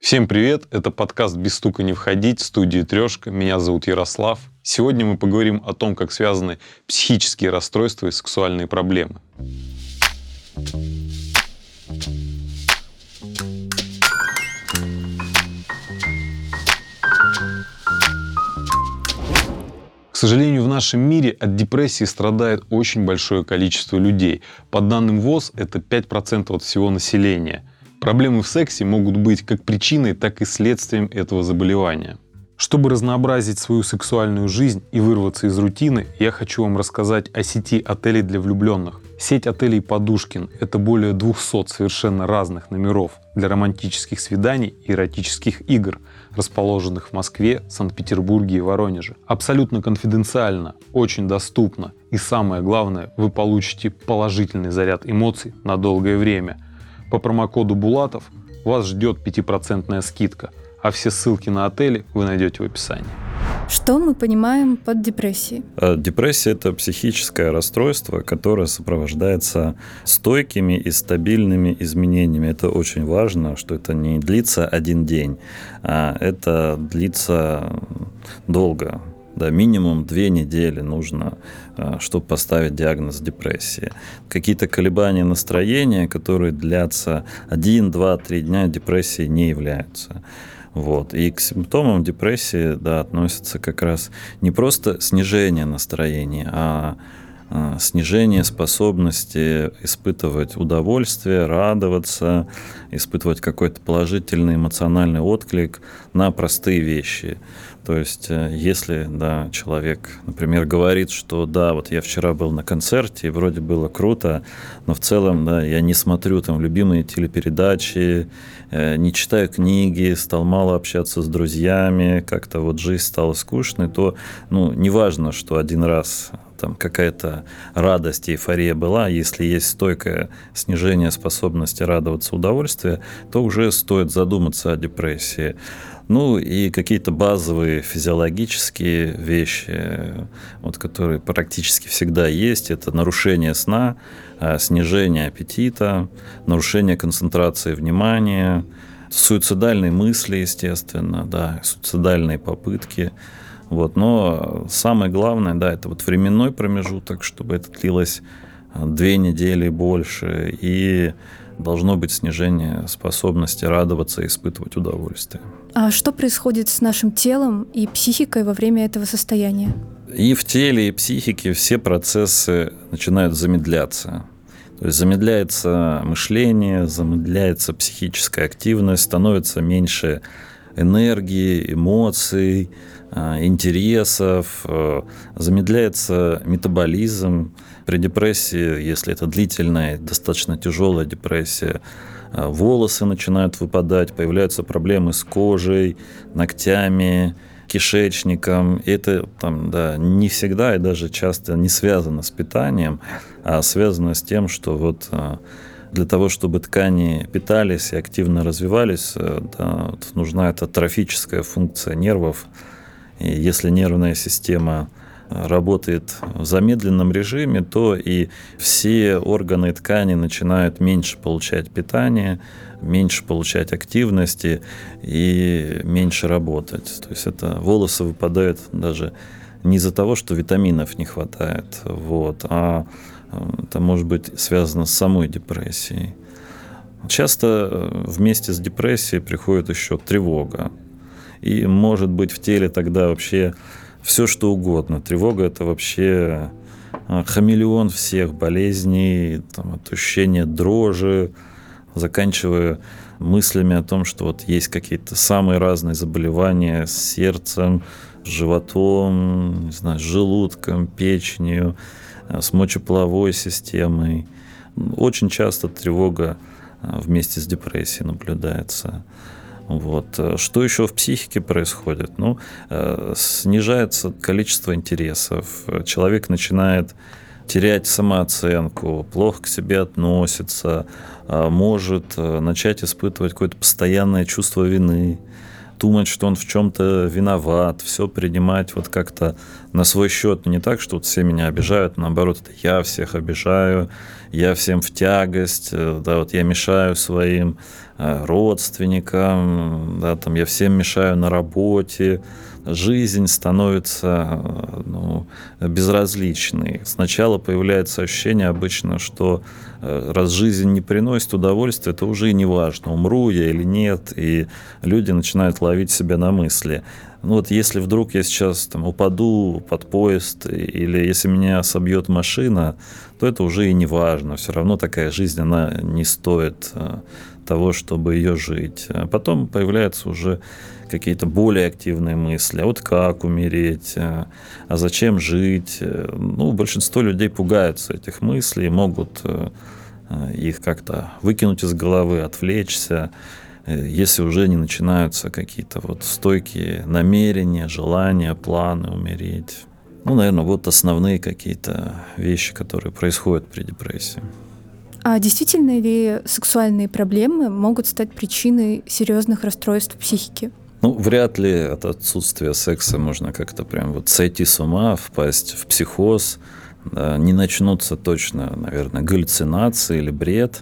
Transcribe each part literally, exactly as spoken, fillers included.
Всем привет! Это подкаст «Без стука не входить», студии «Трешка». Меня зовут Ярослав. Сегодня мы поговорим о том, как связаны психические расстройства и сексуальные проблемы. К сожалению, в нашем мире от депрессии страдает очень большое количество людей. По данным ВОЗ, это пять процентов от всего населения. Проблемы в сексе могут быть как причиной, так и следствием этого заболевания. Чтобы разнообразить свою сексуальную жизнь и вырваться из рутины, я хочу вам рассказать о сети отелей для влюбленных. Сеть отелей «Подушкин» — это более двухсот совершенно разных номеров для романтических свиданий и эротических игр, расположенных в Москве, Санкт-Петербурге и Воронеже. Абсолютно конфиденциально, очень доступно и, самое главное, вы получите положительный заряд эмоций на долгое время. По промокоду Булатов вас ждет пятипроцентная скидка, а все ссылки на отели вы найдете в описании. Что мы понимаем под депрессией? Депрессия – это психическое расстройство, которое сопровождается стойкими и стабильными изменениями. Это очень важно, что это не длится один день, а это длится долго. Да, минимум две недели нужно, чтобы поставить диагноз депрессии. Какие-то колебания настроения, которые длятся один, два, три дня, депрессией не являются. Вот. И к симптомам депрессии да, относятся как раз не просто снижение настроения, а снижение способности испытывать удовольствие, радоваться, испытывать какой-то положительный эмоциональный отклик на простые вещи. То есть, если да, человек, например, говорит, что да, вот я вчера был на концерте, и вроде было круто, но в целом да, я не смотрю там любимые телепередачи, не читаю книги, стал мало общаться с друзьями, как-то вот жизнь стала скучной, то ну, неважно, что один раз там какая-то радость, эйфория была, если есть стойкое снижение способности радоваться удовольствию, то уже стоит задуматься о депрессии. Ну и какие-то базовые физиологические вещи, вот, которые практически всегда есть, это нарушение сна, снижение аппетита, нарушение концентрации внимания, суицидальные мысли, естественно, да, суицидальные попытки. Вот. Но самое главное, да, это вот временной промежуток, чтобы это длилось две недели больше, и должно быть снижение способности радоваться и испытывать удовольствие. А что происходит с нашим телом и психикой во время этого состояния? И в теле, и в психике все процессы начинают замедляться. То есть замедляется мышление, замедляется психическая активность, становится меньше энергии, эмоций, интересов, замедляется метаболизм. При депрессии, если это длительная, достаточно тяжелая депрессия, волосы начинают выпадать, появляются проблемы с кожей, ногтями, кишечником. И это там, да, не всегда и даже часто не связано с питанием, а связано с тем, что вот для того, чтобы ткани питались и активно развивались, да, вот нужна эта трофическая функция нервов. И если нервная система работает в замедленном режиме, то и все органы и ткани начинают меньше получать питание, меньше получать активности и меньше работать. То есть это волосы выпадают даже не из-за того, что витаминов не хватает, вот, а это может быть связано с самой депрессией. Часто вместе с депрессией приходит еще тревога. И может быть в теле тогда вообще все, что угодно. Тревога – это вообще хамелеон всех болезней, там, от ощущения дрожи, заканчивая мыслями о том, что вот есть какие-то самые разные заболевания с сердцем, с животом, не знаю, с желудком, печенью, с мочеполовой системой. Очень часто тревога вместе с депрессией наблюдается. Вот. Что еще в психике происходит? Ну, снижается количество интересов, человек начинает терять самооценку, плохо к себе относится, может начать испытывать какое-то постоянное чувство вины, думать, что он в чем-то виноват, все принимать вот как-то на свой счет. Не так, что вот все меня обижают, наоборот, это я всех обижаю, я всем в тягость, да, вот я мешаю своим родственникам, да, там, я всем мешаю на работе, жизнь становится ну, безразличной. Сначала появляется ощущение обычно, что раз жизнь не приносит удовольствия, то уже и не важно, умру я или нет, и люди начинают ловить себя на мысли. Ну вот если вдруг я сейчас там, упаду под поезд, или если меня собьет машина, то это уже и не важно. Все равно такая жизнь, она не стоит того, чтобы ее жить. А потом появляются уже какие-то более активные мысли. А вот как умереть? А зачем жить? Ну, большинство людей пугаются этих мыслей, могут их как-то выкинуть из головы, отвлечься, если уже не начинаются какие-то вот стойкие намерения, желания, планы умереть. Ну, наверное, вот основные какие-то вещи, которые происходят при депрессии. А действительно ли сексуальные проблемы могут стать причиной серьезных расстройств психики? Ну, вряд ли от отсутствия секса можно как-то прям вот сойти с ума, впасть в психоз. Да, не начнутся точно, наверное, галлюцинации или бред.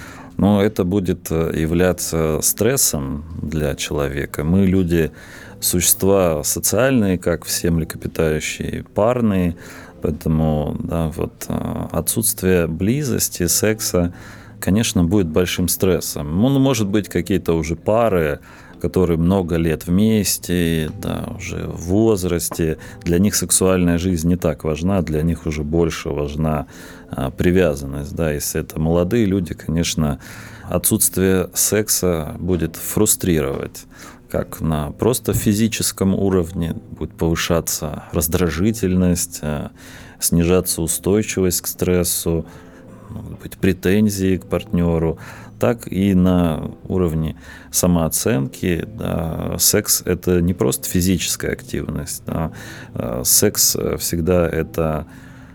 Но это будет являться стрессом для человека. Мы, люди, существа социальные, как все млекопитающие, парные. Поэтому да, вот, отсутствие близости, секса, конечно, будет большим стрессом. Ну, может быть, какие-то уже пары, которые много лет вместе, да, уже в возрасте. Для них сексуальная жизнь не так важна, для них уже больше важна а, привязанность. Да. Если это молодые люди, конечно, отсутствие секса будет фрустрировать. Как на просто физическом уровне будет повышаться раздражительность, снижаться устойчивость к стрессу, могут быть претензии к партнеру, так и на уровне самооценки. Да, секс – это не просто физическая активность. Да, секс всегда это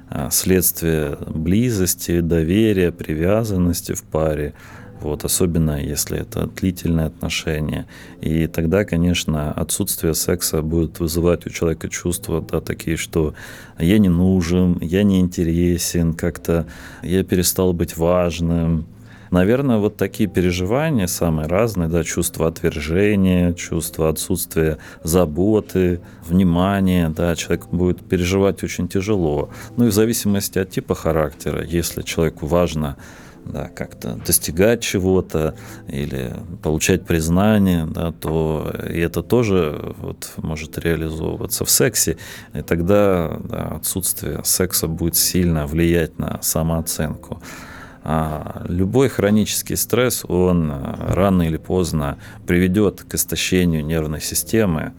следствие близости, доверия, привязанности в паре. Вот, особенно если это длительные отношения. И тогда, конечно, отсутствие секса будет вызывать у человека чувства да, такие, что я не нужен, я не интересен, как-то я перестал быть важным. Наверное, вот такие переживания самые разные, да, чувство отвержения, чувство отсутствия заботы, внимания, да, человек будет переживать очень тяжело. Ну и в зависимости от типа характера, если человеку важно да, как-то достигать чего-то или получать признание, да, то и это тоже вот, может реализовываться в сексе. И тогда да, отсутствие секса будет сильно влиять на самооценку. А любой хронический стресс, он рано или поздно приведет к истощению нервной системы,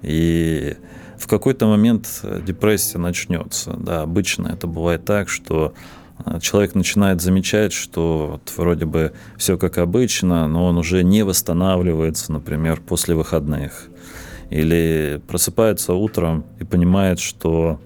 и в какой-то момент депрессия начнется. Да, обычно это бывает так, что человек начинает замечать, что вот вроде бы все как обычно, но он уже не восстанавливается, например, после выходных. Или просыпается утром и понимает, что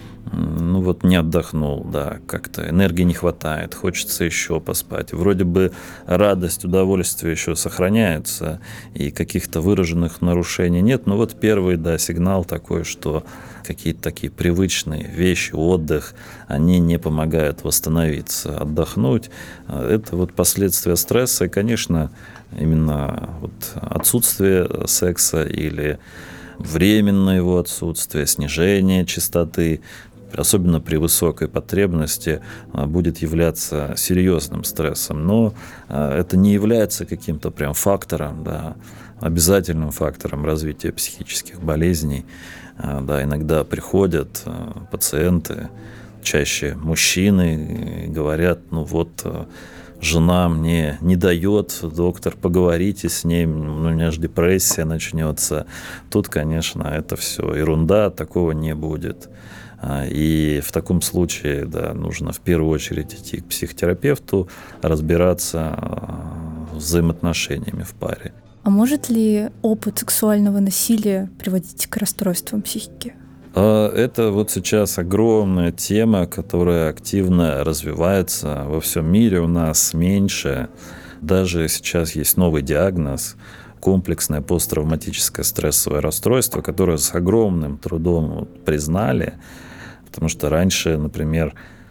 ну вот не отдохнул, да, как-то энергии не хватает, хочется еще поспать. Вроде бы радость, удовольствие еще сохраняются, и каких-то выраженных нарушений нет, но вот первый, да, сигнал такой, что какие-то такие привычные вещи, отдых, они не помогают восстановиться, отдохнуть. Это вот последствия стресса, и, конечно, именно вот отсутствие секса или временное его отсутствие, снижение частоты, особенно при высокой потребности, будет являться серьезным стрессом. Но это не является каким-то прям фактором, да, обязательным фактором развития психических болезней. Да, иногда приходят пациенты, чаще мужчины, и говорят, ну вот, жена мне не дает, доктор, поговорите с ней, у меня же депрессия начнется. Тут, конечно, это все ерунда, такого не будет. И в таком случае да, нужно в первую очередь идти к психотерапевту, разбираться с взаимоотношениями в паре. А может ли опыт сексуального насилия приводить к расстройствам психики? Это вот сейчас огромная тема, которая активно развивается во всем мире, у нас меньше. Даже сейчас есть новый диагноз – комплексное посттравматическое стрессовое расстройство, которое с огромным трудом признали, потому что раньше, например,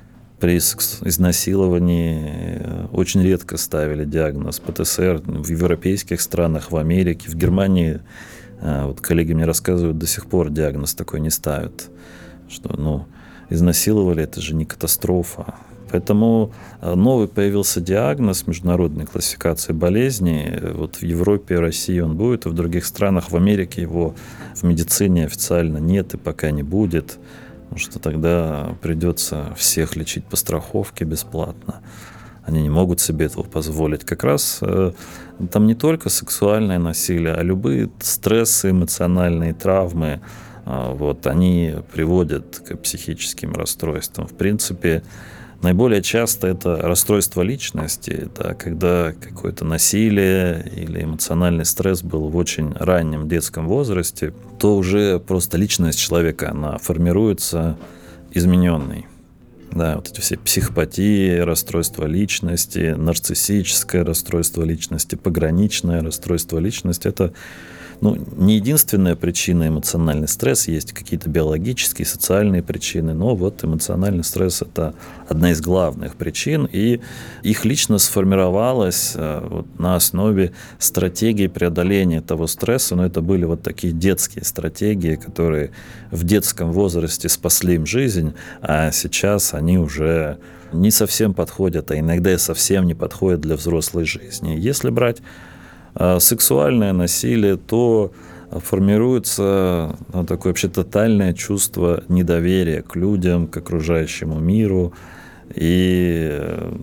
при изнасиловании очень редко ставили диагноз пэ тэ эс эр в европейских странах, в Америке, в Германии. Вот коллеги мне рассказывают, до сих пор диагноз такой не ставят, что, ну, изнасиловали, это же не катастрофа. Поэтому новый появился диагноз международной классификации болезней. Вот в Европе, России он будет, и в других странах, в Америке его в медицине официально нет и пока не будет, потому что тогда придется всех лечить по страховке бесплатно. Они не могут себе этого позволить. Как раз там не только сексуальное насилие, а любые стрессы, эмоциональные травмы, вот, они приводят к психическим расстройствам. В принципе, наиболее часто это расстройство личности, это когда какое-то насилие или эмоциональный стресс был в очень раннем детском возрасте, то уже просто личность человека, она формируется измененной. Да, вот эти все психопатии, расстройство личности, нарциссическое расстройство личности, пограничное расстройство личности – это, ну, не единственная причина эмоциональный стресс, есть какие-то биологические, социальные причины, но вот эмоциональный стресс – это одна из главных причин, и их лично сформировалась вот на основе стратегии преодоления того стресса, но это были вот такие детские стратегии, которые в детском возрасте спасли им жизнь, а сейчас они уже не совсем подходят, а иногда и совсем не подходят для взрослой жизни. Если брать сексуальное насилие, то формируется, ну, такое вообще тотальное чувство недоверия к людям, к окружающему миру. И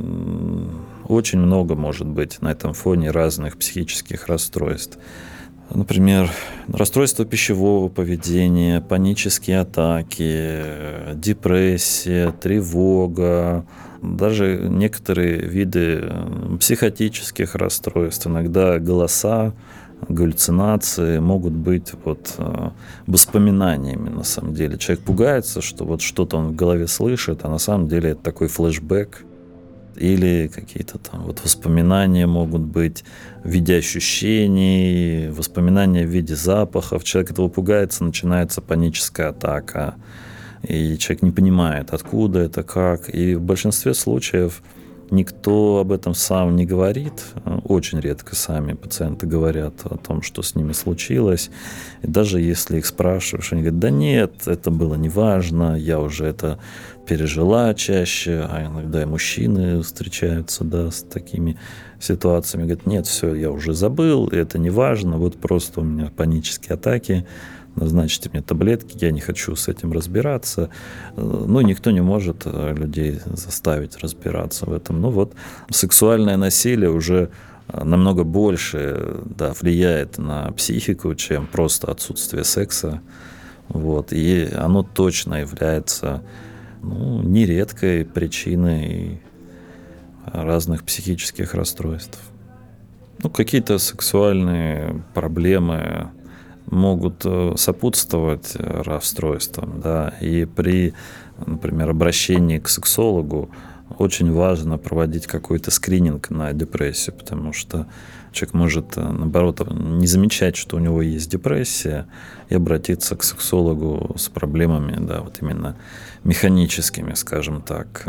очень много может быть на этом фоне разных психических расстройств. Например, расстройство пищевого поведения, панические атаки, депрессия, тревога, даже некоторые виды психотических расстройств, иногда голоса, галлюцинации могут быть вот воспоминаниями на самом деле. Человек пугается, что вот что-то он в голове слышит, а на самом деле это такой флешбэк. Или какие-то там вот воспоминания могут быть в виде ощущений, воспоминания в виде запахов. Человек этого пугается, начинается паническая атака. И человек не понимает, откуда это, как. И в большинстве случаев никто об этом сам не говорит. Очень редко сами пациенты говорят о том, что с ними случилось. И даже если их спрашиваешь, они говорят: да нет, это было неважно, я уже это пережила чаще. А иногда и мужчины встречаются, да, с такими ситуациями. Говорят: нет, все, я уже забыл, это неважно, вот просто у меня панические атаки. Назначьте мне таблетки, я не хочу с этим разбираться. Ну, никто не может людей заставить разбираться в этом. Ну вот, сексуальное насилие уже намного больше, да, влияет на психику, чем просто отсутствие секса. Вот, и оно точно является, ну, нередкой причиной разных психических расстройств. Ну, какие-то сексуальные проблемы могут сопутствовать расстройствам, да, и при, например, обращении к сексологу очень важно проводить какой-то скрининг на депрессию, потому что человек может, наоборот, не замечать, что у него есть депрессия, и обратиться к сексологу с проблемами, да, вот именно механическими, скажем так,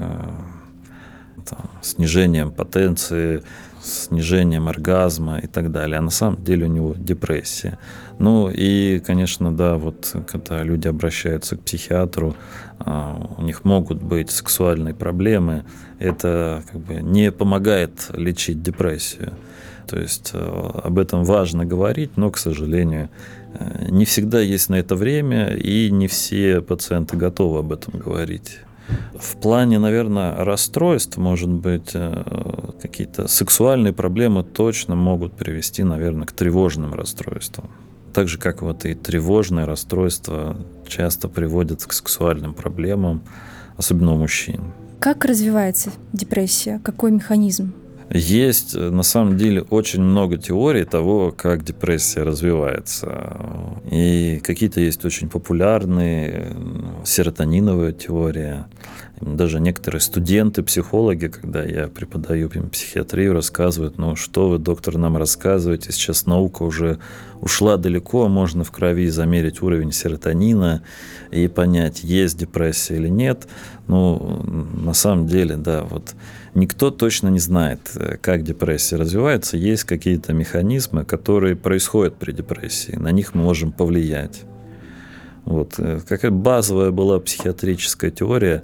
там, снижением потенции, снижением оргазма и так далее. А на самом деле у него депрессия. Ну и, конечно, да, вот когда люди обращаются к психиатру, у них могут быть сексуальные проблемы, это как бы не помогает лечить депрессию. То есть об этом важно говорить, но, к сожалению, не всегда есть на это время, и не все пациенты готовы об этом говорить. В плане, наверное, расстройств, может быть, какие-то сексуальные проблемы точно могут привести, наверное, к тревожным расстройствам. Так же, как вот и тревожные расстройства часто приводят к сексуальным проблемам, особенно у мужчин. Как развивается депрессия? Какой механизм? Есть, на самом деле, очень много теорий того, как депрессия развивается. И какие-то есть очень популярные, серотониновая теория, Даже некоторые студенты, психологи, когда я преподаю им психиатрию, рассказывают: ну что вы, доктор, нам рассказываете, сейчас наука уже ушла далеко, можно в крови замерить уровень серотонина и понять, есть депрессия или нет. Ну, на самом деле, да, вот никто точно не знает, как депрессия развивается. Есть какие-то механизмы, которые происходят при депрессии, на них мы можем повлиять. Вот. Какая базовая была психиатрическая теория,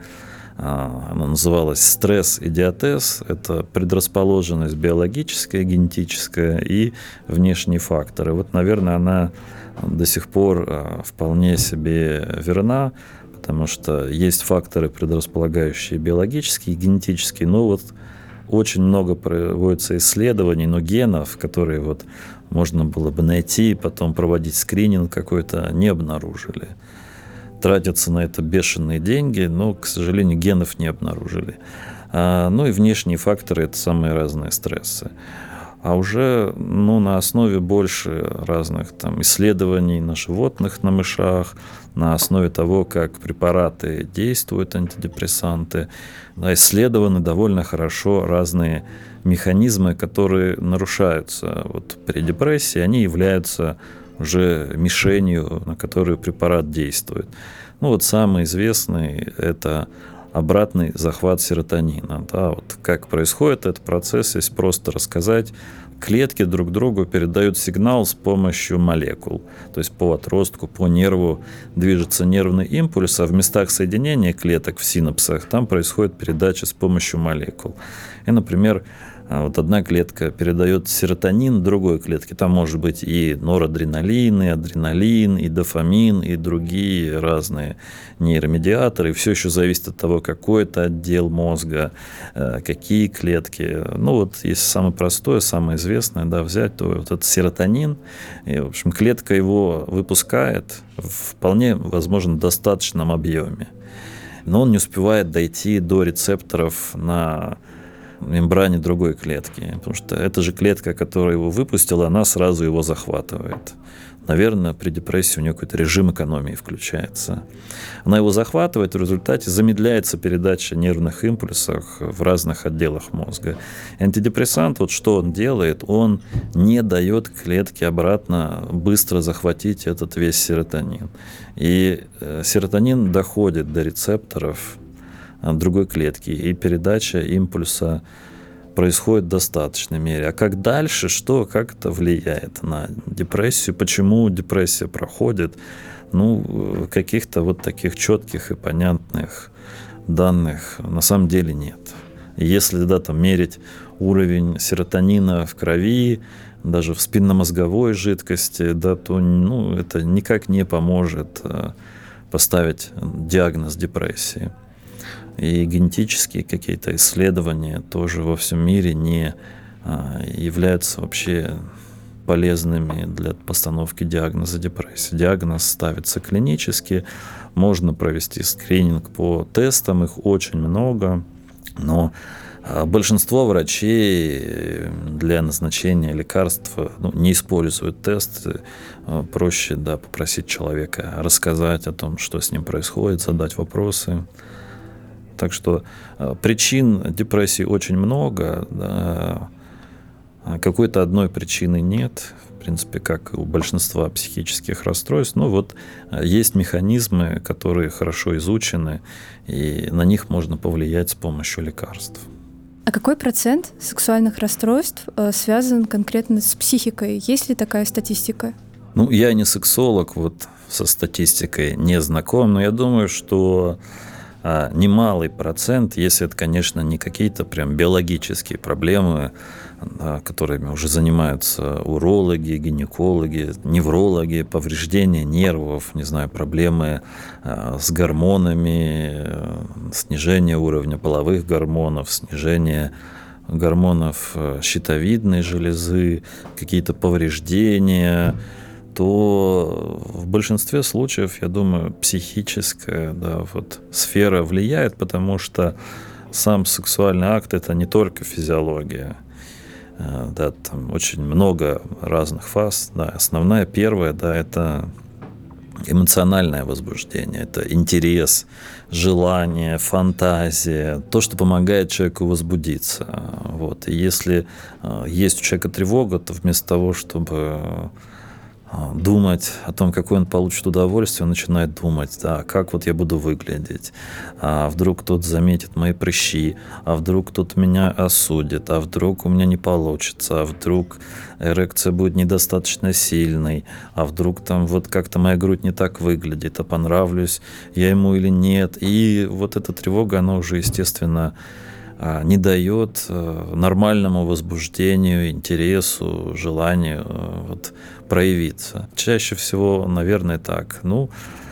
она называлась стресс и диатез. Это предрасположенность биологическая, генетическая и внешние факторы. Вот, наверное, она до сих пор вполне себе верна, потому что есть факторы, предрасполагающие биологические, генетические, но вот очень много проводится исследований, но генов, которые вот можно было бы найти, потом проводить скрининг какой-то, не обнаружили. Тратятся на это бешеные деньги, но, к сожалению, генов не обнаружили. А, ну и внешние факторы – это самые разные стрессы. А уже ну, на основе больше разных там, исследований на животных, на мышах, на основе того, как препараты действуют, антидепрессанты, да, исследованы довольно хорошо разные механизмы, которые нарушаются вот при депрессии, они являются уже мишенью, на которую препарат действует. Ну вот самый известный – это обратный захват серотонина. Да, вот как происходит этот процесс, если просто рассказать. Клетки друг другу передают сигнал с помощью молекул. То есть по отростку, по нерву движется нервный импульс, а в местах соединения клеток в синапсах там происходит передача с помощью молекул. И, например, вот одна клетка передает серотонин другой клетке. Там может быть и норадреналин, и адреналин, и дофамин, и другие разные нейромедиаторы. И все еще зависит от того, какой это отдел мозга, какие клетки. Ну вот, если самое простое, самое известное, да, взять, то вот этот серотонин. И, в общем, клетка его выпускает в вполне, возможно, достаточном объеме. Но он не успевает дойти до рецепторов на мембране другой клетки, потому что эта же клетка, которая его выпустила, она сразу его захватывает. Наверное, при депрессии у нее какой-то режим экономии включается. Она его захватывает, в результате замедляется передача нервных импульсов в разных отделах мозга. И антидепрессант, вот что он делает, он не дает клетке обратно быстро захватить этот весь серотонин. И серотонин доходит до рецепторов другой клетки, и передача импульса происходит в достаточной мере. А как дальше, что, как это влияет на депрессию, почему депрессия проходит, ну, каких-то вот таких четких и понятных данных на самом деле нет. Если да, там, мерить уровень серотонина в крови, даже в спинномозговой жидкости, да, то ну, это никак не поможет поставить диагноз депрессии. И генетические какие-то исследования тоже во всем мире не являются вообще полезными для постановки диагноза депрессии. Диагноз ставится клинически, можно провести скрининг по тестам, их очень много, но большинство врачей для назначения лекарства ну, не используют тест. Проще да, попросить человека рассказать о том, что с ним происходит, задать вопросы. Так что причин депрессии очень много. Да. Какой-то одной причины нет. В принципе, как и у большинства психических расстройств. Но вот есть механизмы, которые хорошо изучены, и на них можно повлиять с помощью лекарств. А какой процент сексуальных расстройств связан конкретно с психикой? Есть ли такая статистика? Ну, я не сексолог, вот со статистикой не знаком, но я думаю, что немалый процент, если это, конечно, не какие-то прям биологические проблемы, которыми уже занимаются урологи, гинекологи, неврологи, повреждения нервов, не знаю, проблемы с гормонами, снижение уровня половых гормонов, снижение гормонов щитовидной железы, какие-то повреждения, то в большинстве случаев, я думаю, психическая да, вот, сфера влияет, потому что сам сексуальный акт – это не только физиология. Да, там очень много разных фаз. Да. Основная, первая, да, это эмоциональное возбуждение, это интерес, желание, фантазия, то, что помогает человеку возбудиться. Вот. И если есть у человека тревога, то вместо того, чтобы думать о том, какое он получит удовольствие, он начинает думать, да, как вот я буду выглядеть, а вдруг кто-то заметит мои прыщи, а вдруг кто-то меня осудит, а вдруг у меня не получится, а вдруг эрекция будет недостаточно сильной, а вдруг там вот как-то моя грудь не так выглядит, а понравлюсь я ему или нет. И вот эта тревога, она уже, естественно, не дает нормальному возбуждению, интересу, желанию вот, проявиться. Чаще всего, наверное, так. Ну,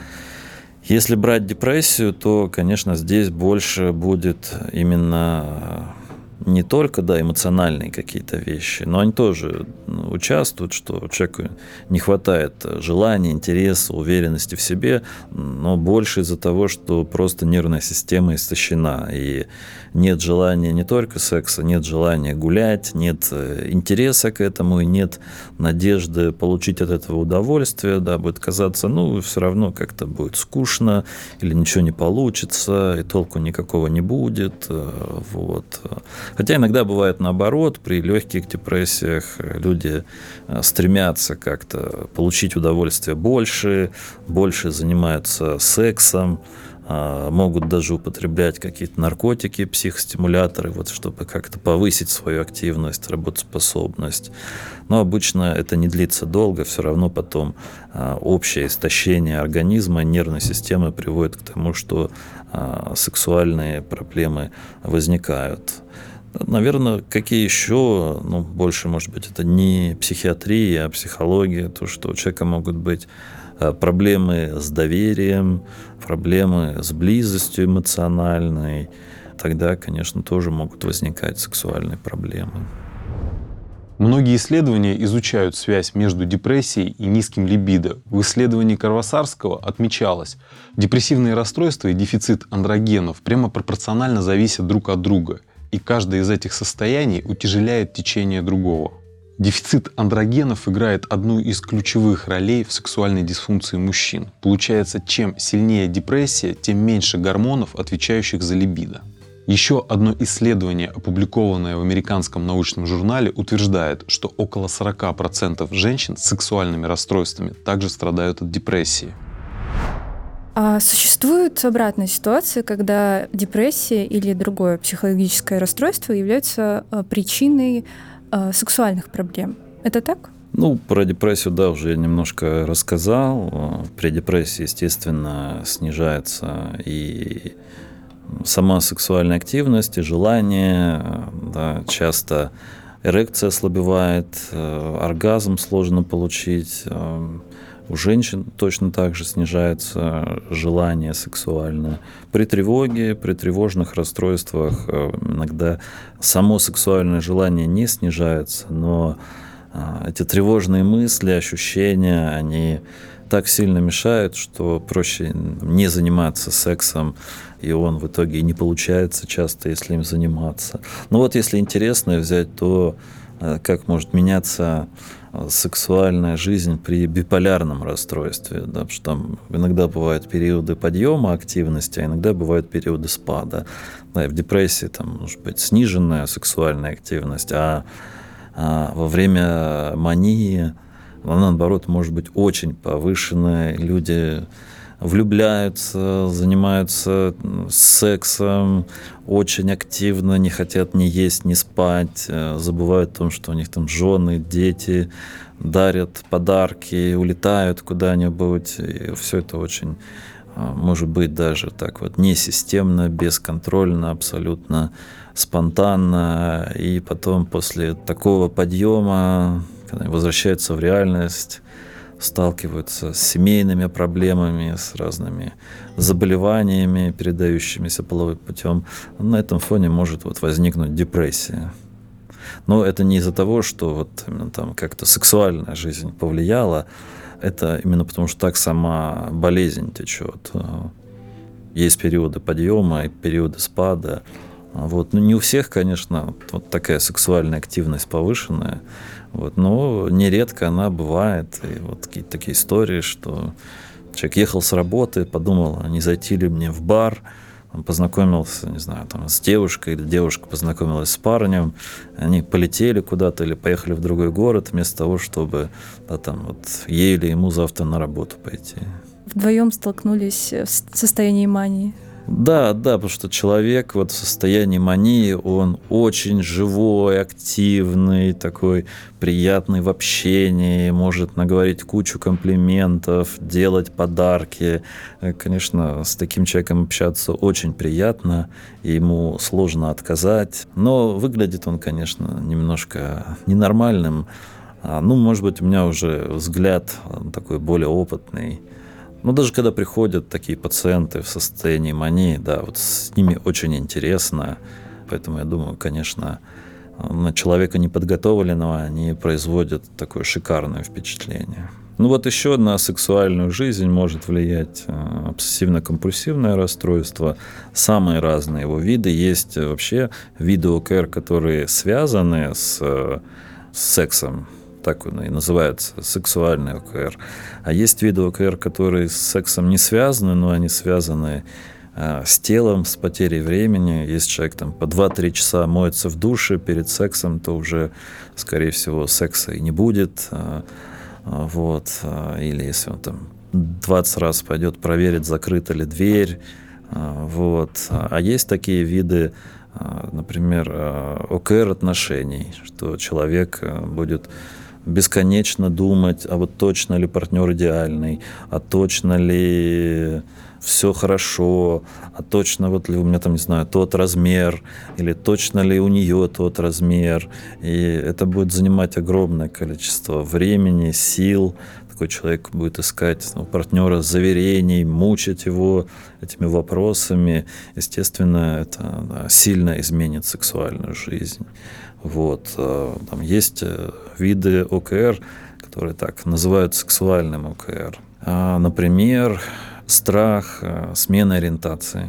если брать депрессию, то, конечно, здесь больше будет именно не только, да, эмоциональные какие-то вещи, но они тоже участвуют, что человеку не хватает желания, интереса, уверенности в себе, но больше из-за того, что просто нервная система истощена, и нет желания не только секса, нет желания гулять, нет интереса к этому, и нет надежды получить от этого удовольствие, да, будет казаться, ну, все равно как-то будет скучно, или ничего не получится, и толку никакого не будет, вот. Хотя иногда бывает наоборот, при легких депрессиях люди стремятся как-то получить удовольствие больше, больше занимаются сексом, могут даже употреблять какие-то наркотики, психостимуляторы, вот, чтобы как-то повысить свою активность, работоспособность. Но обычно это не длится долго, все равно потом общее истощение организма, нервной системы приводит к тому, что сексуальные проблемы возникают. Наверное, какие еще, ну, больше, может быть, это не психиатрия, а психология, то, что у человека могут быть проблемы с доверием, проблемы с близостью эмоциональной, тогда, конечно, тоже могут возникать сексуальные проблемы. Многие исследования изучают связь между депрессией и низким либидо. В исследовании Карвасарского отмечалось, депрессивные расстройства и дефицит андрогенов прямо пропорционально зависят друг от друга, и каждое из этих состояний утяжеляет течение другого. Дефицит андрогенов играет одну из ключевых ролей в сексуальной дисфункции мужчин. Получается, чем сильнее депрессия, тем меньше гормонов, отвечающих за либидо. Еще одно исследование, опубликованное в американском научном журнале, утверждает, что около сорок процентов женщин с сексуальными расстройствами также страдают от депрессии. А существует обратная ситуация, когда депрессия или другое психологическое расстройство являются причиной сексуальных проблем. Это так? Ну, про депрессию, да, уже я немножко рассказал. При депрессии, естественно, снижается и сама сексуальная активность, и желание, да, часто эрекция ослабевает, оргазм сложно получить. У женщин точно так же снижается желание сексуальное. При тревоге, при тревожных расстройствах иногда само сексуальное желание не снижается, но эти тревожные мысли, ощущения, они так сильно мешают, что проще не заниматься сексом, и он в итоге и не получается часто, если им заниматься. Но вот если интересно взять, то как может меняться сексуальная жизнь при биполярном расстройстве, да, потому что там иногда бывают периоды подъема активности, а иногда бывают периоды спада. Да, и в депрессии там может быть сниженная сексуальная активность, а, а во время мании она, наоборот, может быть очень повышенная. Люди влюбляются, занимаются сексом очень активно, не хотят ни есть, ни спать, забывают о том, что у них там жены, дети, дарят подарки, улетают куда-нибудь. И все это очень, может быть, даже так вот несистемно, бесконтрольно, абсолютно спонтанно. И потом после такого подъема, когда они возвращаются в реальность, сталкиваются с семейными проблемами, с разными заболеваниями, передающимися половым путем, на этом фоне может вот возникнуть депрессия. Но это не из-за того, что вот именно там как-то сексуальная жизнь повлияла, это именно потому, что так сама болезнь течет. Есть периоды подъема и периоды спада. Вот. Ну, не у всех, конечно, вот такая сексуальная активность повышенная, вот, но нередко она бывает. И вот какие-то такие истории, что Человек ехал с работы, подумал, а не зайти ли мне в бар, он познакомился, не знаю, там, с девушкой, или девушка познакомилась с парнем, они полетели куда-то или поехали в другой город вместо того, чтобы да, там, вот, ей или ему завтра на работу пойти. Вдвоем столкнулись в состоянии мании. Да, да, потому что человек вот в состоянии мании, он очень живой, активный, такой приятный в общении, может наговорить кучу комплиментов, делать подарки. Конечно, с таким человеком общаться очень приятно, и ему сложно отказать. Но выглядит он, конечно, немножко ненормальным. Ну, может быть, у меня уже взгляд такой более опытный. Но даже когда приходят такие пациенты в состоянии мании, да, вот с ними очень интересно. Поэтому я думаю, конечно, на человека неподготовленного они производят такое шикарное впечатление. Ну вот еще на сексуальную жизнь может влиять обсессивно-компульсивное расстройство. Самые разные его виды. Есть вообще виды ОКР, которые связаны с, с сексом. Так он и называется, сексуальный ОКР. А есть виды ОКР, которые с сексом не связаны, но они связаны а, с телом, с потерей времени. Если человек там, по два-три часа моется в душе перед сексом, то уже, скорее всего, секса и не будет. А, а, вот. А, или если он там двадцать раз пойдет проверить, закрыта ли дверь. А, вот. А есть такие виды, а, например, ОКР отношений, что человек будет бесконечно думать, а вот точно ли партнер идеальный, а точно ли все хорошо, а точно вот ли у меня там, не знаю, тот размер, или точно ли у нее тот размер. И это будет занимать огромное количество времени, сил. Такой человек будет искать у партнера заверений, мучить его этими вопросами. Естественно, это да, сильно изменит сексуальную жизнь. Вот. Там есть виды ОКР, которые так называют сексуальным ОКР. Например, страх смены ориентации.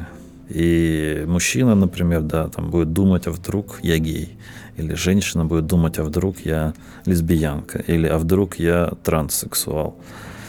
И мужчина, например, да, там будет думать, а вдруг я гей. Или женщина будет думать, а вдруг я лесбиянка. Или а вдруг я транссексуал.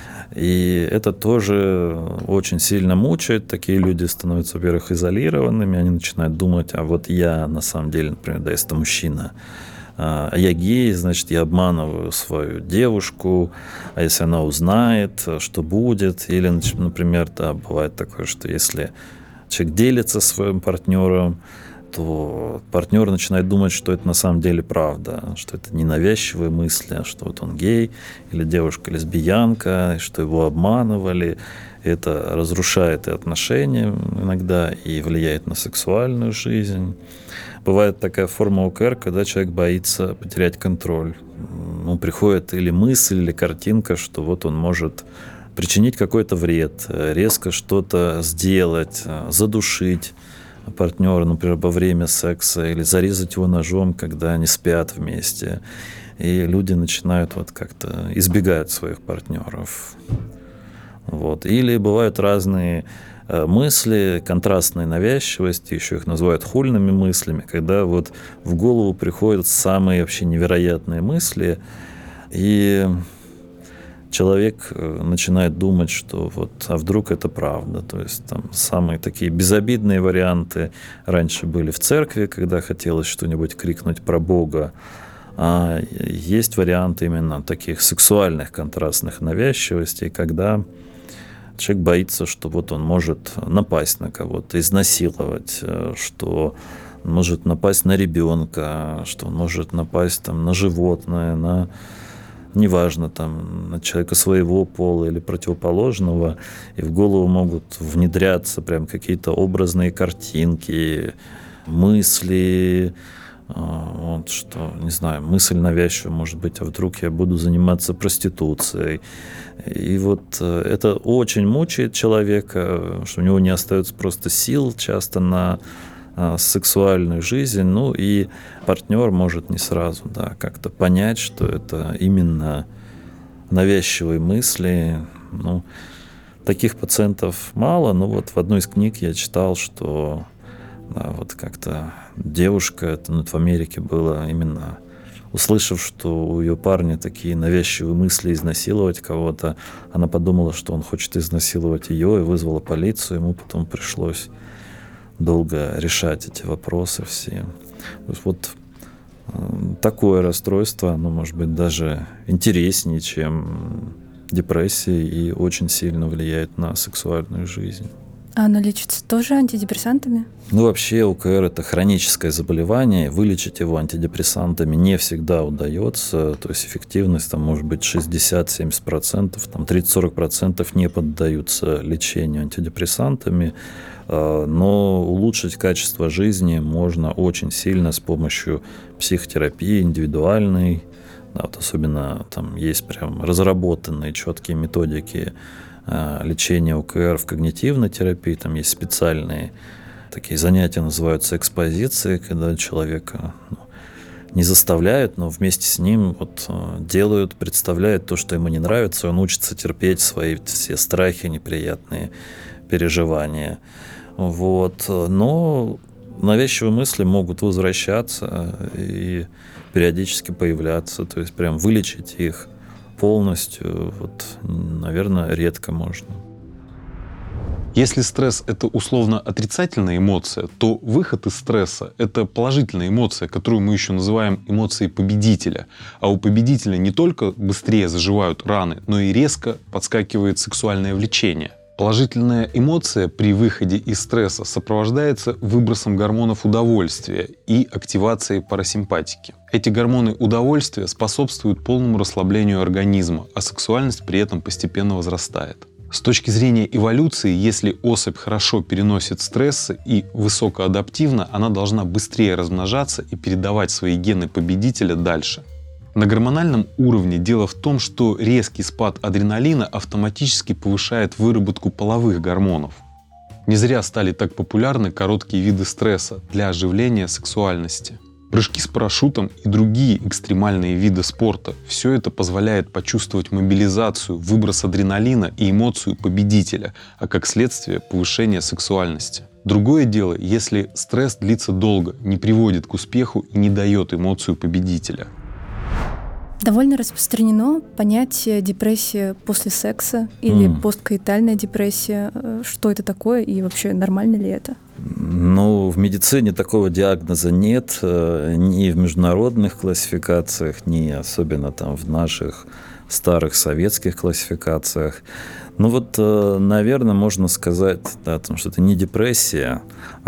И это тоже очень сильно мучает. Такие люди становятся, во-первых, изолированными. Они начинают думать, а вот я на самом деле, например, да, если это мужчина, а я гей, значит, я обманываю свою девушку. А если она узнает, что будет? Или, например, да, бывает такое, что если человек делится своим партнером, то партнер начинает думать, что это на самом деле правда, что это не навязчивые мысли, что вот он гей или девушка лесбиянка, что его обманывали. Это разрушает и отношения иногда и влияет на сексуальную жизнь. Бывает такая форма ОКР, когда человек боится потерять контроль. Ну, приходит или мысль, или картинка, что вот он может причинить какой-то вред, резко что-то сделать, задушить партнера, например, во время секса, или зарезать его ножом, когда они спят вместе. И люди начинают вот как-то избегать своих партнеров. Вот. Или бывают разные мысли, контрастные навязчивости, еще их называют хульными мыслями, когда вот в голову приходят самые вообще невероятные мысли, и человек начинает думать, что вот, а вдруг это правда. То есть там самые такие безобидные варианты раньше были в церкви, когда хотелось что-нибудь крикнуть про Бога. А есть варианты именно таких сексуальных контрастных навязчивостей, когда человек боится, что вот он может напасть на кого-то, изнасиловать, что он может напасть на ребенка, что он может напасть там, на животное, на неважно, там, на человека своего пола или противоположного, и в голову могут внедряться прям какие-то образные картинки, мысли, вот, что, не знаю, мысль навязчивая может быть, а вдруг я буду заниматься проституцией. И вот это очень мучает человека, что у него не остается просто сил часто на сексуальную жизнь, ну и партнер может не сразу, да, как-то понять, что это именно навязчивые мысли. Ну, таких пациентов мало, но вот в одной из книг я читал, что да, вот как-то девушка, это ну, в Америке было именно услышав, что у ее парня такие навязчивые мысли изнасиловать кого-то, она подумала, что он хочет изнасиловать ее, и вызвала полицию. Ему потом пришлось долго решать эти вопросы все. Вот такое расстройство, оно может быть даже интереснее, чем депрессия, и очень сильно влияет на сексуальную жизнь. А оно лечится тоже антидепрессантами? Ну, вообще УКР – это хроническое заболевание. Вылечить его антидепрессантами не всегда удается. То есть эффективность там может быть шестьдесят-семьдесят процентов, там тридцать-сорок процентов не поддаются лечению антидепрессантами. Но улучшить качество жизни можно очень сильно с помощью психотерапии индивидуальной. Да, вот особенно там есть прям разработанные четкие методики лечения УКР в когнитивной терапии. Там есть специальные такие занятия, называются экспозиции, когда человека ну, не заставляют, но вместе с ним вот, делают, представляют то, что ему не нравится, он учится терпеть свои все страхи, неприятные переживания. Вот. Но навязчивые мысли могут возвращаться и периодически появляться, то есть прям вылечить их полностью, вот, наверное, редко можно. Если стресс – это условно отрицательная эмоция, то выход из стресса – это положительная эмоция, которую мы еще называем эмоцией победителя. А у победителя не только быстрее заживают раны, но и резко подскакивает сексуальное влечение. Положительная эмоция при выходе из стресса сопровождается выбросом гормонов удовольствия и активацией парасимпатики. Эти гормоны удовольствия способствуют полному расслаблению организма, а сексуальность при этом постепенно возрастает. С точки зрения эволюции, если особь хорошо переносит стрессы и высокоадаптивна, она должна быстрее размножаться и передавать свои гены победителя дальше. На гормональном уровне дело в том, что резкий спад адреналина автоматически повышает выработку половых гормонов. Не зря стали так популярны короткие виды стресса для оживления сексуальности. Прыжки с парашютом и другие экстремальные виды спорта – все это позволяет почувствовать мобилизацию, выброс адреналина и эмоцию победителя, а как следствие – повышение сексуальности. Другое дело, если стресс длится долго, не приводит к успеху и не дает эмоцию победителя. Довольно распространено понятие депрессия после секса или mm. посткоитальная депрессия. Что это такое и вообще нормально ли это? Ну, в медицине такого диагноза нет, ни в международных классификациях, ни особенно там в наших старых советских классификациях. Ну вот, наверное, можно сказать, да, потому что это не депрессия,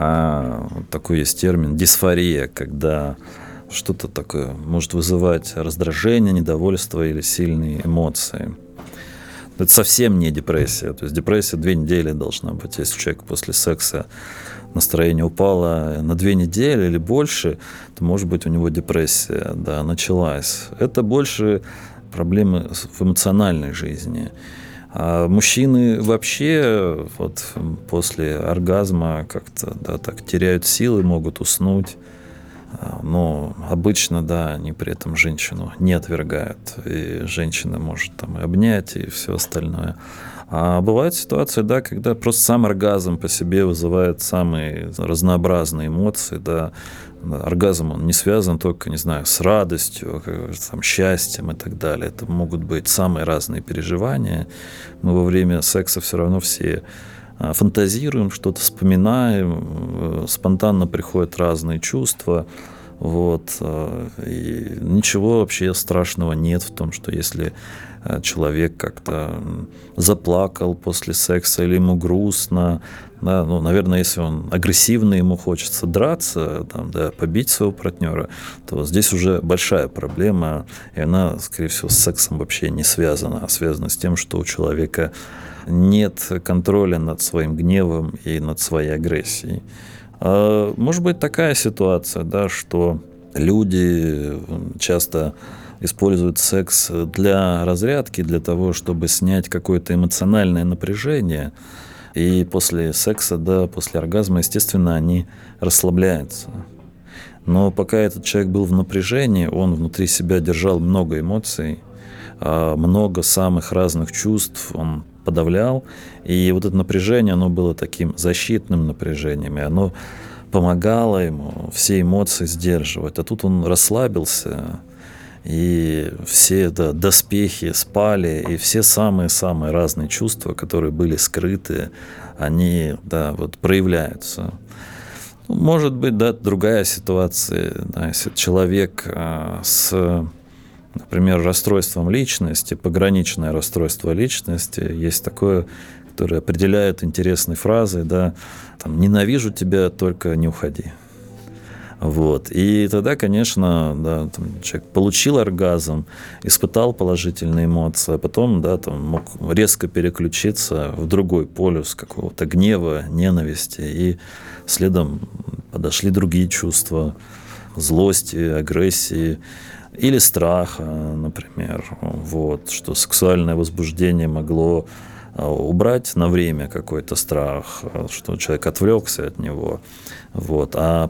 а такой есть термин дисфория, когда что-то такое может вызывать раздражение, недовольство или сильные эмоции. Это совсем не депрессия. То есть депрессия две недели должна быть. Если у человека после секса настроение упало на две недели или больше, то, может быть, у него депрессия, да, началась. Это больше проблемы в эмоциональной жизни. А мужчины вообще вот после оргазма как-то да, так теряют силы, могут уснуть. Но обычно, да, они при этом женщину не отвергают. И женщина может там и обнять, и все остальное. А бывают ситуации, да, когда просто сам оргазм по себе вызывает самые разнообразные эмоции, да. Оргазм, он не связан только, не знаю, с радостью, там, счастьем и так далее. Это могут быть самые разные переживания. Мы во время секса все равно все фантазируем, что-то вспоминаем, спонтанно приходят разные чувства. Вот. И ничего вообще страшного нет в том, что если человек как-то заплакал после секса или ему грустно, да, ну, наверное, если он агрессивный, ему хочется драться, там, да, побить своего партнера, то здесь уже большая проблема, и она, скорее всего, с сексом вообще не связана, а связана с тем, что у человека нет контроля над своим гневом и над своей агрессией. А может быть такая ситуация, да, что люди часто используют секс для разрядки, для того, чтобы снять какое-то эмоциональное напряжение. И после секса, да, после оргазма, естественно, они расслабляются. Но пока этот человек был в напряжении, он внутри себя держал много эмоций, много самых разных чувств он подавлял. И вот это напряжение, оно было таким защитным напряжением, и оно помогало ему все эмоции сдерживать. А тут он расслабился, и все да, доспехи спали, и все самые-самые разные чувства, которые были скрыты, они да, вот, проявляются. Может быть, да, другая ситуация, да, если человек а, с, например, расстройством личности, пограничное расстройство личности, есть такое, которое определяет интересной фразой, да, там, «ненавижу тебя, только не уходи». Вот. И тогда, конечно, да, там, человек получил оргазм, испытал положительные эмоции, а потом да, там, мог резко переключиться в другой полюс какого-то гнева, ненависти, и следом подошли другие чувства злости, агрессии или страха, например. Вот, что сексуальное возбуждение могло убрать на время какой-то страх, что человек отвлекся от него. Вот. А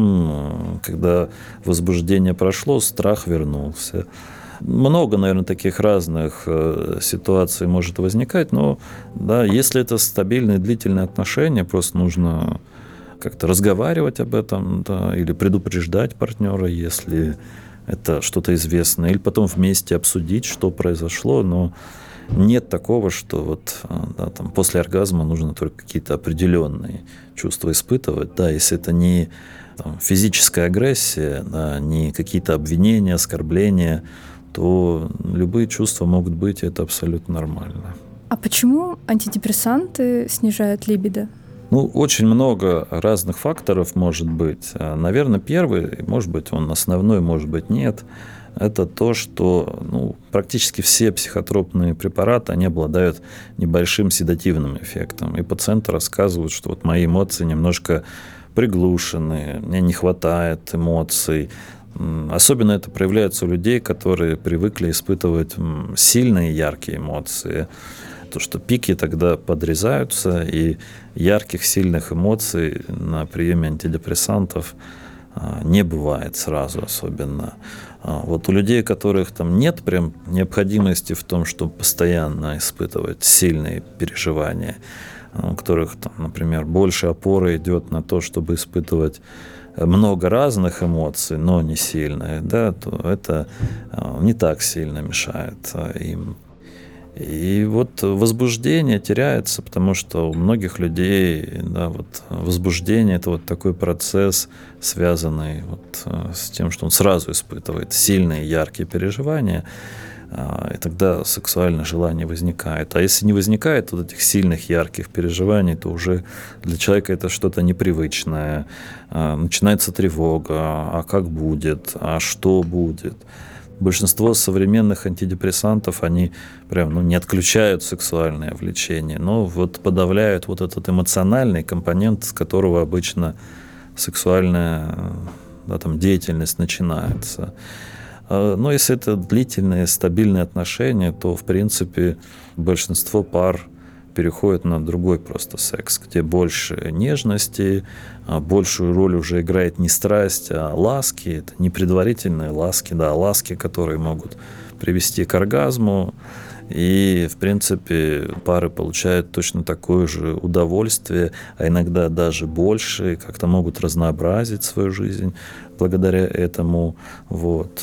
потом, когда возбуждение прошло, страх вернулся. Много, наверное, таких разных ситуаций может возникать, но да, если это стабильные, длительные отношения, просто нужно как-то разговаривать об этом, да, или предупреждать партнера, если это что-то известно, или потом вместе обсудить, что произошло, но нет такого, что вот, да, там, после оргазма нужно только какие-то определенные чувства испытывать. Да, если это не там, физическая агрессия, да, не какие-то обвинения, оскорбления, то любые чувства могут быть, и это абсолютно нормально. А почему антидепрессанты снижают либидо? Ну, очень много разных факторов может быть. Наверное, первый, может быть, он основной, может быть, нет. Это то, что ну, практически все психотропные препараты, они обладают небольшим седативным эффектом. И пациенты рассказывают, что вот мои эмоции немножко приглушены, мне не хватает эмоций. Особенно это проявляется у людей, которые привыкли испытывать сильные, яркие эмоции. То, что пики тогда подрезаются, и ярких, сильных эмоций на приеме антидепрессантов не бывает сразу особенно. Вот у людей, у которых там нет прям необходимости в том, чтобы постоянно испытывать сильные переживания, у которых, там, например, больше опоры идет на то, чтобы испытывать много разных эмоций, но не сильные, да, то это не так сильно мешает им. И вот возбуждение теряется, потому что у многих людей да, вот возбуждение – это вот такой процесс, связанный вот с тем, что он сразу испытывает сильные, яркие переживания, и тогда сексуальное желание возникает. А если не возникает вот этих сильных, ярких переживаний, то уже для человека это что-то непривычное. Начинается тревога, а как будет, а что будет. Большинство современных антидепрессантов, они прям ну, не отключают сексуальное влечение, но вот подавляют вот этот эмоциональный компонент, с которого обычно сексуальная да, там, деятельность начинается. Но если это длительные, стабильные отношения, то, в принципе, большинство пар переходит на другой просто секс, где больше нежности, большую роль уже играет не страсть, а ласки. Это не предварительные ласки, да, а ласки, которые могут привести к оргазму. И, в принципе, пары получают точно такое же удовольствие, а иногда даже больше, как-то могут разнообразить свою жизнь благодаря этому. Вот.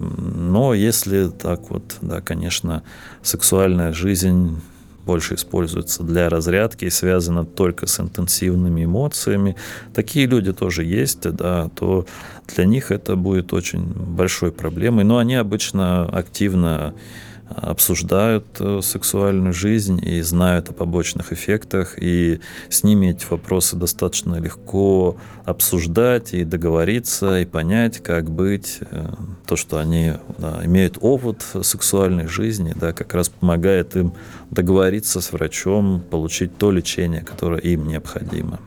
Но если так вот, да, конечно, сексуальная жизнь больше используется для разрядки и связано только с интенсивными эмоциями, такие люди тоже есть, да, то для них это будет очень большой проблемой. Но они обычно активно обсуждают сексуальную жизнь и знают о побочных эффектах, и с ними эти вопросы достаточно легко обсуждать и договориться, и понять, как быть. То, что они да, имеют опыт сексуальной жизни, да, как раз помогает им договориться с врачом, получить то лечение, которое им необходимо.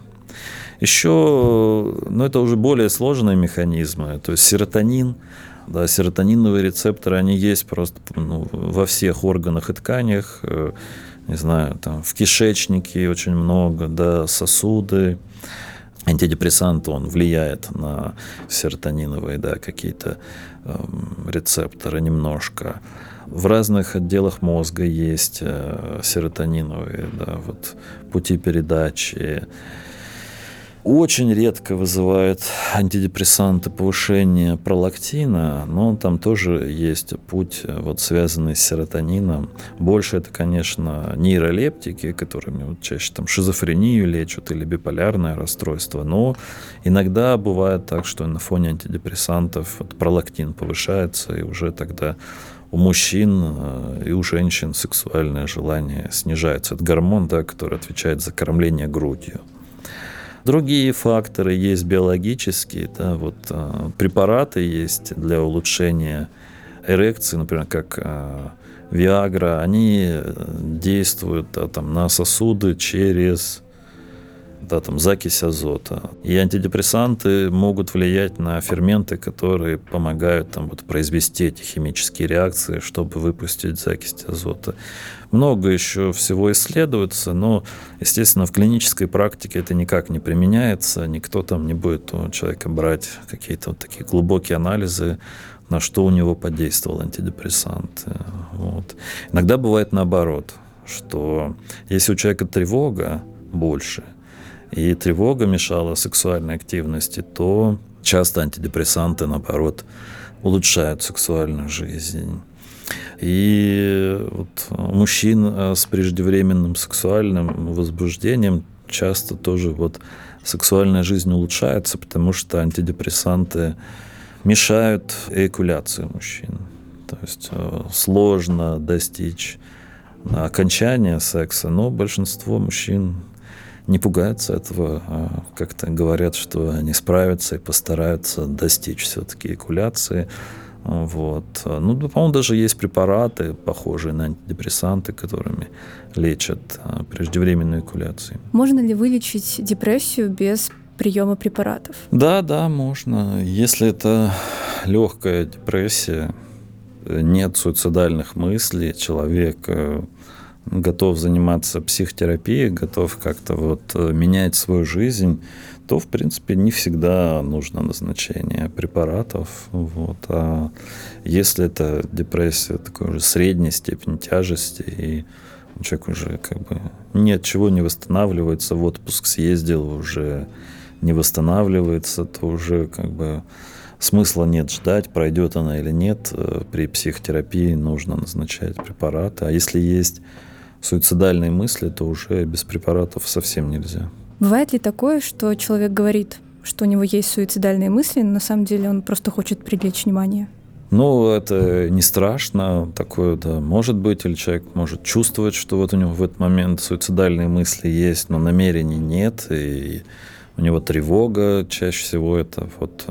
Еще, ну, это уже более сложные механизмы, то есть серотонин. Да, серотониновые рецепторы, они есть просто ну, во всех органах и тканях, э, не знаю, там, в кишечнике очень много, да, сосуды. Антидепрессант, он влияет на серотониновые да, какие-то э, рецепторы немножко. В разных отделах мозга есть э, серотониновые да, вот, пути передачи. Очень редко вызывает антидепрессанты повышение пролактина, но там тоже есть путь, вот, связанный с серотонином. Больше это, конечно, нейролептики, которыми вот чаще там шизофрению лечат или биполярное расстройство, но иногда бывает так, что на фоне антидепрессантов вот пролактин повышается, и уже тогда у мужчин и у женщин сексуальное желание снижается. Это гормон, да, который отвечает за кормление грудью. Другие факторы есть биологические, да, вот, а, препараты есть для улучшения эрекции, например, как а, Виагра, они действуют, да, там, на сосуды через, да, там, закись азота. И антидепрессанты могут влиять на ферменты, которые помогают там, вот, произвести эти химические реакции, чтобы выпустить закись азота. Много еще всего исследуется, но, естественно, в клинической практике это никак не применяется. Никто там не будет у человека брать какие-то вот такие глубокие анализы, на что у него подействовал антидепрессант. Вот. Иногда бывает наоборот, что если у человека тревога больше, и тревога мешала сексуальной активности, то часто антидепрессанты, наоборот, улучшают сексуальную жизнь. И вот у мужчин с преждевременным сексуальным возбуждением часто тоже вот сексуальная жизнь улучшается, потому что антидепрессанты мешают эякуляции мужчин. То есть сложно достичь окончания секса, но большинство мужчин не пугаются этого, а как-то говорят, что они справятся и постараются достичь все-таки эякуляции. Вот. Ну, по-моему, даже есть препараты, похожие на антидепрессанты, которыми лечат преждевременную эякуляцию. Можно ли вылечить депрессию без приема препаратов? Да, да, можно. Если это легкая депрессия, нет суицидальных мыслей, человек готов заниматься психотерапией, готов как-то вот менять свою жизнь, то, в принципе, не всегда нужно назначение препаратов. Вот. А если это депрессия такой уже средней степени тяжести, и человек уже как бы ни от чего не восстанавливается, в отпуск съездил, уже не восстанавливается, то уже как бы смысла нет ждать, пройдет она или нет. При психотерапии нужно назначать препараты. А если есть суицидальные мысли, то уже без препаратов совсем нельзя. Бывает ли такое, что человек говорит, что у него есть суицидальные мысли, но на самом деле он просто хочет привлечь внимание? Ну, это не страшно. Такое, да, может быть. Или человек может чувствовать, что вот у него в этот момент суицидальные мысли есть, но намерений нет, и у него тревога. Чаще всего это вот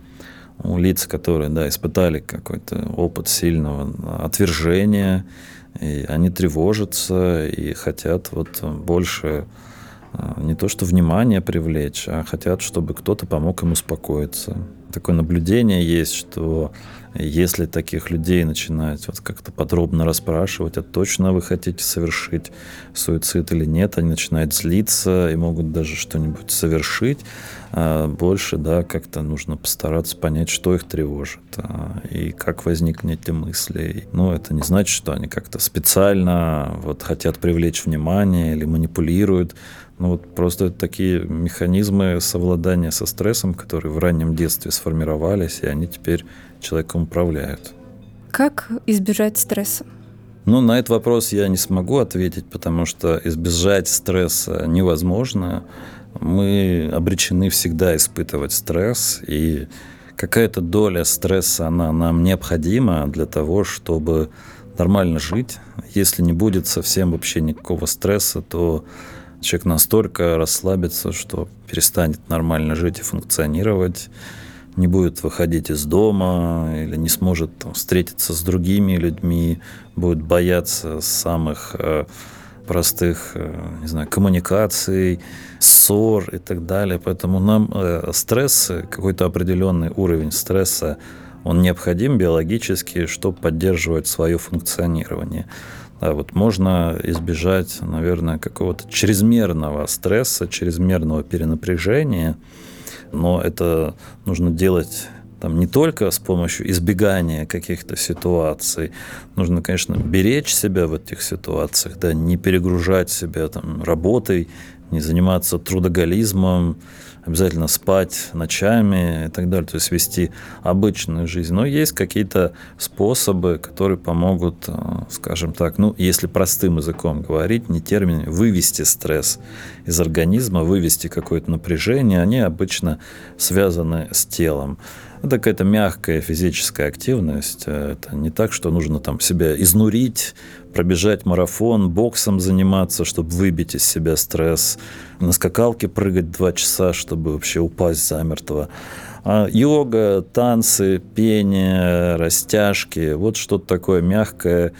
у лиц, которые, да, испытали какой-то опыт сильного отвержения, и они тревожатся и хотят вот больше не то что внимание привлечь, а хотят, чтобы кто-то помог им успокоиться. Такое наблюдение есть, что если таких людей начинать вот как-то подробно расспрашивать, а точно вы хотите совершить суицид или нет, они начинают злиться и могут даже что-нибудь совершить. А больше, да, как-то нужно постараться понять, что их тревожит и как возникли эти мысли. Но это не значит, что они как-то специально вот хотят привлечь внимание или манипулируют. Ну вот просто такие механизмы совладания со стрессом, которые в раннем детстве сформировались, и они теперь человеком управляют. Как избежать стресса? Ну, на этот вопрос я не смогу ответить, потому что избежать стресса невозможно. Мы обречены всегда испытывать стресс, и какая-то доля стресса, она нам необходима для того, чтобы нормально жить. Если не будет совсем вообще никакого стресса, то человек настолько расслабится, что перестанет нормально жить и функционировать, не будет выходить из дома или не сможет там встретиться с другими людьми, будет бояться самых э, простых, э, не знаю, коммуникаций, ссор и так далее. Поэтому нам э, стресс, какой-то определенный уровень стресса, он необходим биологически, чтобы поддерживать свое функционирование. Да, вот можно избежать, наверное, какого-то чрезмерного стресса, чрезмерного перенапряжения, но это нужно делать там, не только с помощью избегания каких-то ситуаций. Нужно, конечно, беречь себя в этих ситуациях, да, не перегружать себя там, работой, не заниматься трудоголизмом, обязательно спать ночами и так далее, то есть вести обычную жизнь. Но есть какие-то способы, которые помогут, скажем так, ну, если простым языком говорить, не терминами, вывести стресс из организма, вывести какое-то напряжение. Они обычно связаны с телом. Это какая-то мягкая физическая активность. Это не так, что нужно там себя изнурить, пробежать марафон, боксом заниматься, чтобы выбить из себя стресс, на скакалке прыгать два часа, чтобы вообще упасть замертво. А йога, танцы, пение, растяжки, вот что-то такое мягкое,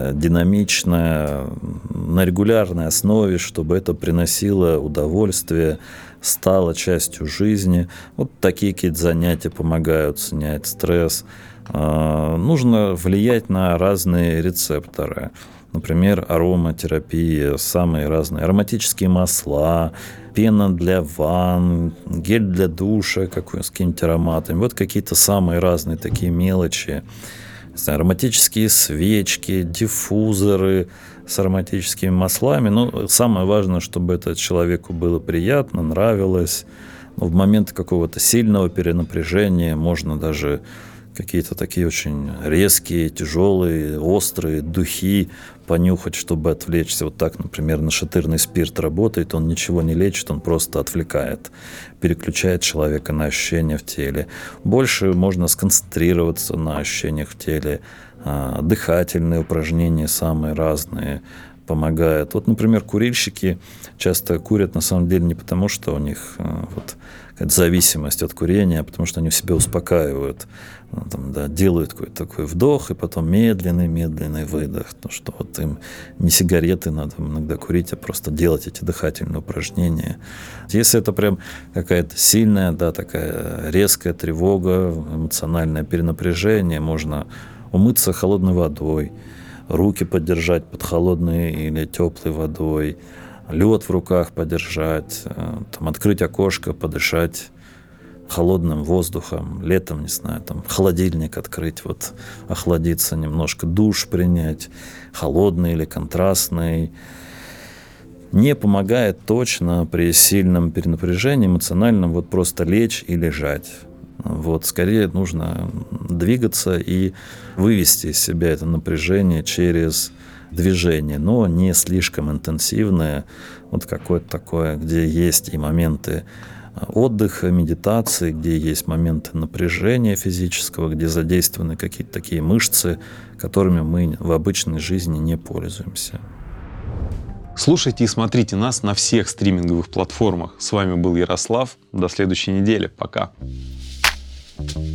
динамичное, на регулярной основе, чтобы это приносило удовольствие, стало частью жизни. Вот такие какие-то занятия помогают снять стресс. Нужно влиять на разные рецепторы. Например, ароматерапия, самые разные ароматические масла, пена для ванн, гель для душа какой, с какими-то ароматами. Вот какие-то самые разные такие мелочи. Ароматические свечки, диффузоры с ароматическими маслами. Но самое важное, чтобы это человеку было приятно, нравилось. Но в момент какого-то сильного перенапряжения можно даже какие-то такие очень резкие, тяжелые, острые духи понюхать, чтобы отвлечься. Вот так, например, нашатырный спирт работает, он ничего не лечит, он просто отвлекает, переключает человека на ощущения в теле. Больше можно сконцентрироваться на ощущениях в теле. Дыхательные упражнения самые разные помогают. Вот, например, курильщики часто курят на самом деле не потому, что у них вот какая-то зависимость от курения, а потому что они себя успокаивают. Там, да, делают какой-то такой вдох, и потом медленный-медленный выдох. Потому что вот им не сигареты надо иногда курить, а просто делать эти дыхательные упражнения. Если это прям какая-то сильная, да, такая резкая тревога, эмоциональное перенапряжение, можно умыться холодной водой, руки подержать под холодной или теплой водой, лед в руках подержать, там, открыть окошко, подышать холодным воздухом, летом, не знаю, там, холодильник открыть, вот, охладиться немножко, душ принять, холодный или контрастный. Не помогает точно при сильном перенапряжении эмоциональном вот просто лечь и лежать. Вот, скорее нужно двигаться и вывести из себя это напряжение через движение, но не слишком интенсивное, вот какое-то такое, где есть и моменты отдыха, медитации, где есть моменты напряжения физического, где задействованы какие-то такие мышцы, которыми мы в обычной жизни не пользуемся. Слушайте и смотрите нас на всех стриминговых платформах. С вами был Ярослав. До следующей недели. Пока.